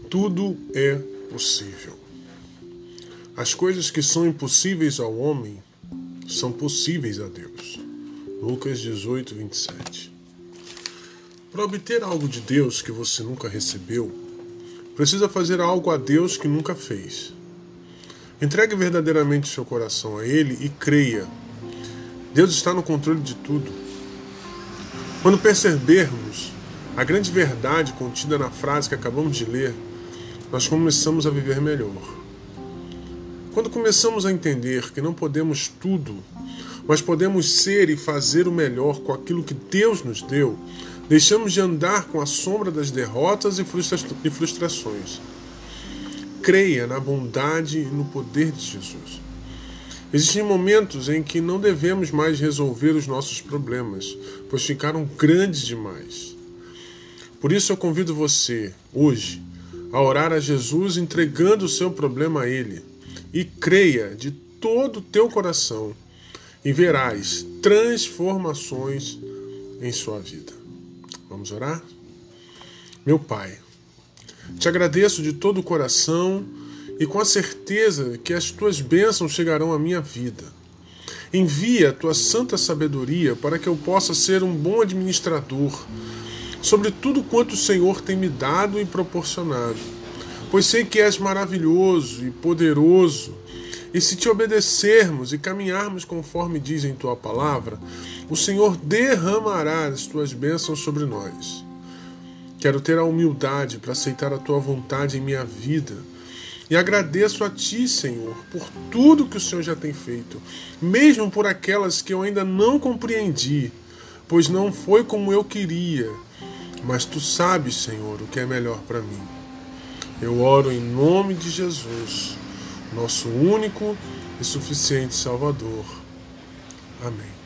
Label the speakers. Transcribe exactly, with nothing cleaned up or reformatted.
Speaker 1: Tudo é possível. As coisas que são impossíveis ao homem são possíveis a Deus. Lucas dezoito, vinte e sete. Para obter algo de Deus que você nunca recebeu, precisa fazer algo a Deus que nunca fez. Entregue verdadeiramente seu coração a Ele e creia. Deus está no controle de tudo. Quando percebermos a grande verdade contida na frase que acabamos de ler, nós começamos a viver melhor. Quando começamos a entender que não podemos tudo, mas podemos ser e fazer o melhor com aquilo que Deus nos deu, deixamos de andar com a sombra das derrotas e frustrações. Creia na bondade e no poder de Jesus. Existem momentos em que não devemos mais resolver os nossos problemas, pois ficaram grandes demais. Por isso eu convido você, hoje, a orar a Jesus entregando o seu problema a Ele. E creia de todo o teu coração e verás transformações em sua vida. Vamos orar? Meu Pai, te agradeço de todo o coração e com a certeza que as tuas bênçãos chegarão à minha vida. Envia a tua santa sabedoria para que eu possa ser um bom administrador sobre tudo quanto o Senhor tem me dado e proporcionado, pois sei que és maravilhoso e poderoso, e se te obedecermos e caminharmos conforme diz em tua palavra, o Senhor derramará as tuas bênçãos sobre nós. Quero ter a humildade para aceitar a tua vontade em minha vida, e agradeço a ti, Senhor, por tudo que o Senhor já tem feito, mesmo por aquelas que eu ainda não compreendi, pois não foi como eu queria, mas tu sabes, Senhor, o que é melhor para mim. Eu oro em nome de Jesus, nosso único e suficiente Salvador. Amém.